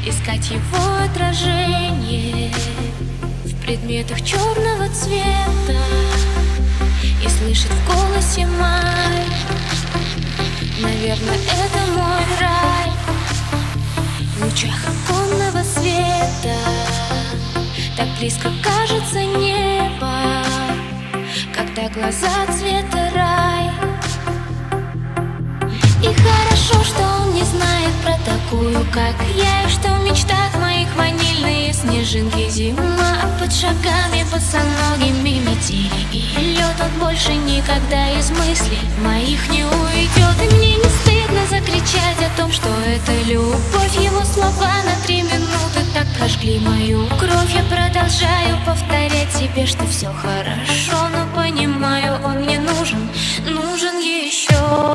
искать его отражение в предметах черного цвета и слышать в голосе май. Наверное, это мой рай в лучах оконного света. Так близко кажется небо, когда глаза цвета рай. И хорошо, что он не знает про такую, как я, и что в мечтах моих ванильные снежинки зима, а под шагами босоногими метели и лед. Он больше никогда из мыслей моих не уйдет. И мне не стыдно закричать о том, что это любовь. Его слова на 3 минуты так прожгли мою кровь. Я продолжаю повторять себе, что все хорошо, но понимаю, он мне нужен еще.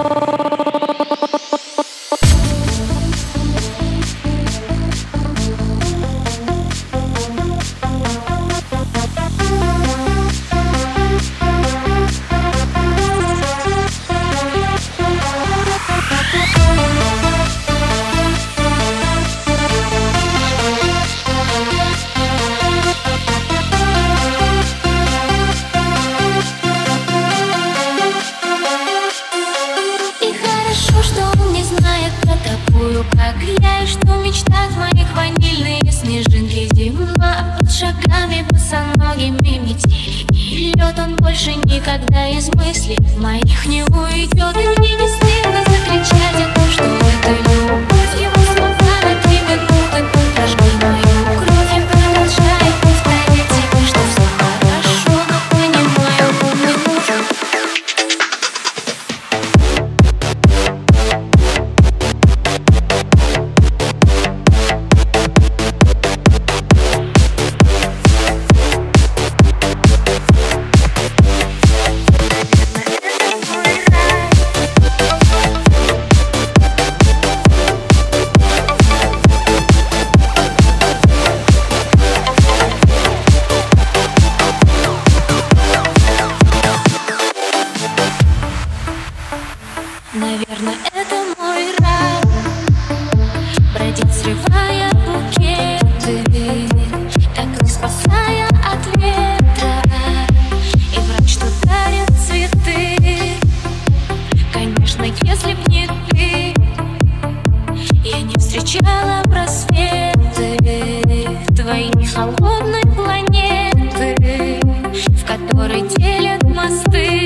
Как я, и что в мечтах моих ванильные снежинки зима, а под шагами босоногими метели и лед. Он больше никогда из мыслей моих не уйдет. И мне не стыдно закричать о том, что это любовь. Его слова на 3 минуты прожгли мою кровь. Я продолжаю повторять себе, что все хорошо, но понимаю, он мне нужен. Наверное, это мой рай, бродить, срывая букеты, так их спасая от ветра, и врач, что дарит цветы. Конечно, если б не ты, я не встречала просветы твоей холодной планеты, в которой делят мосты.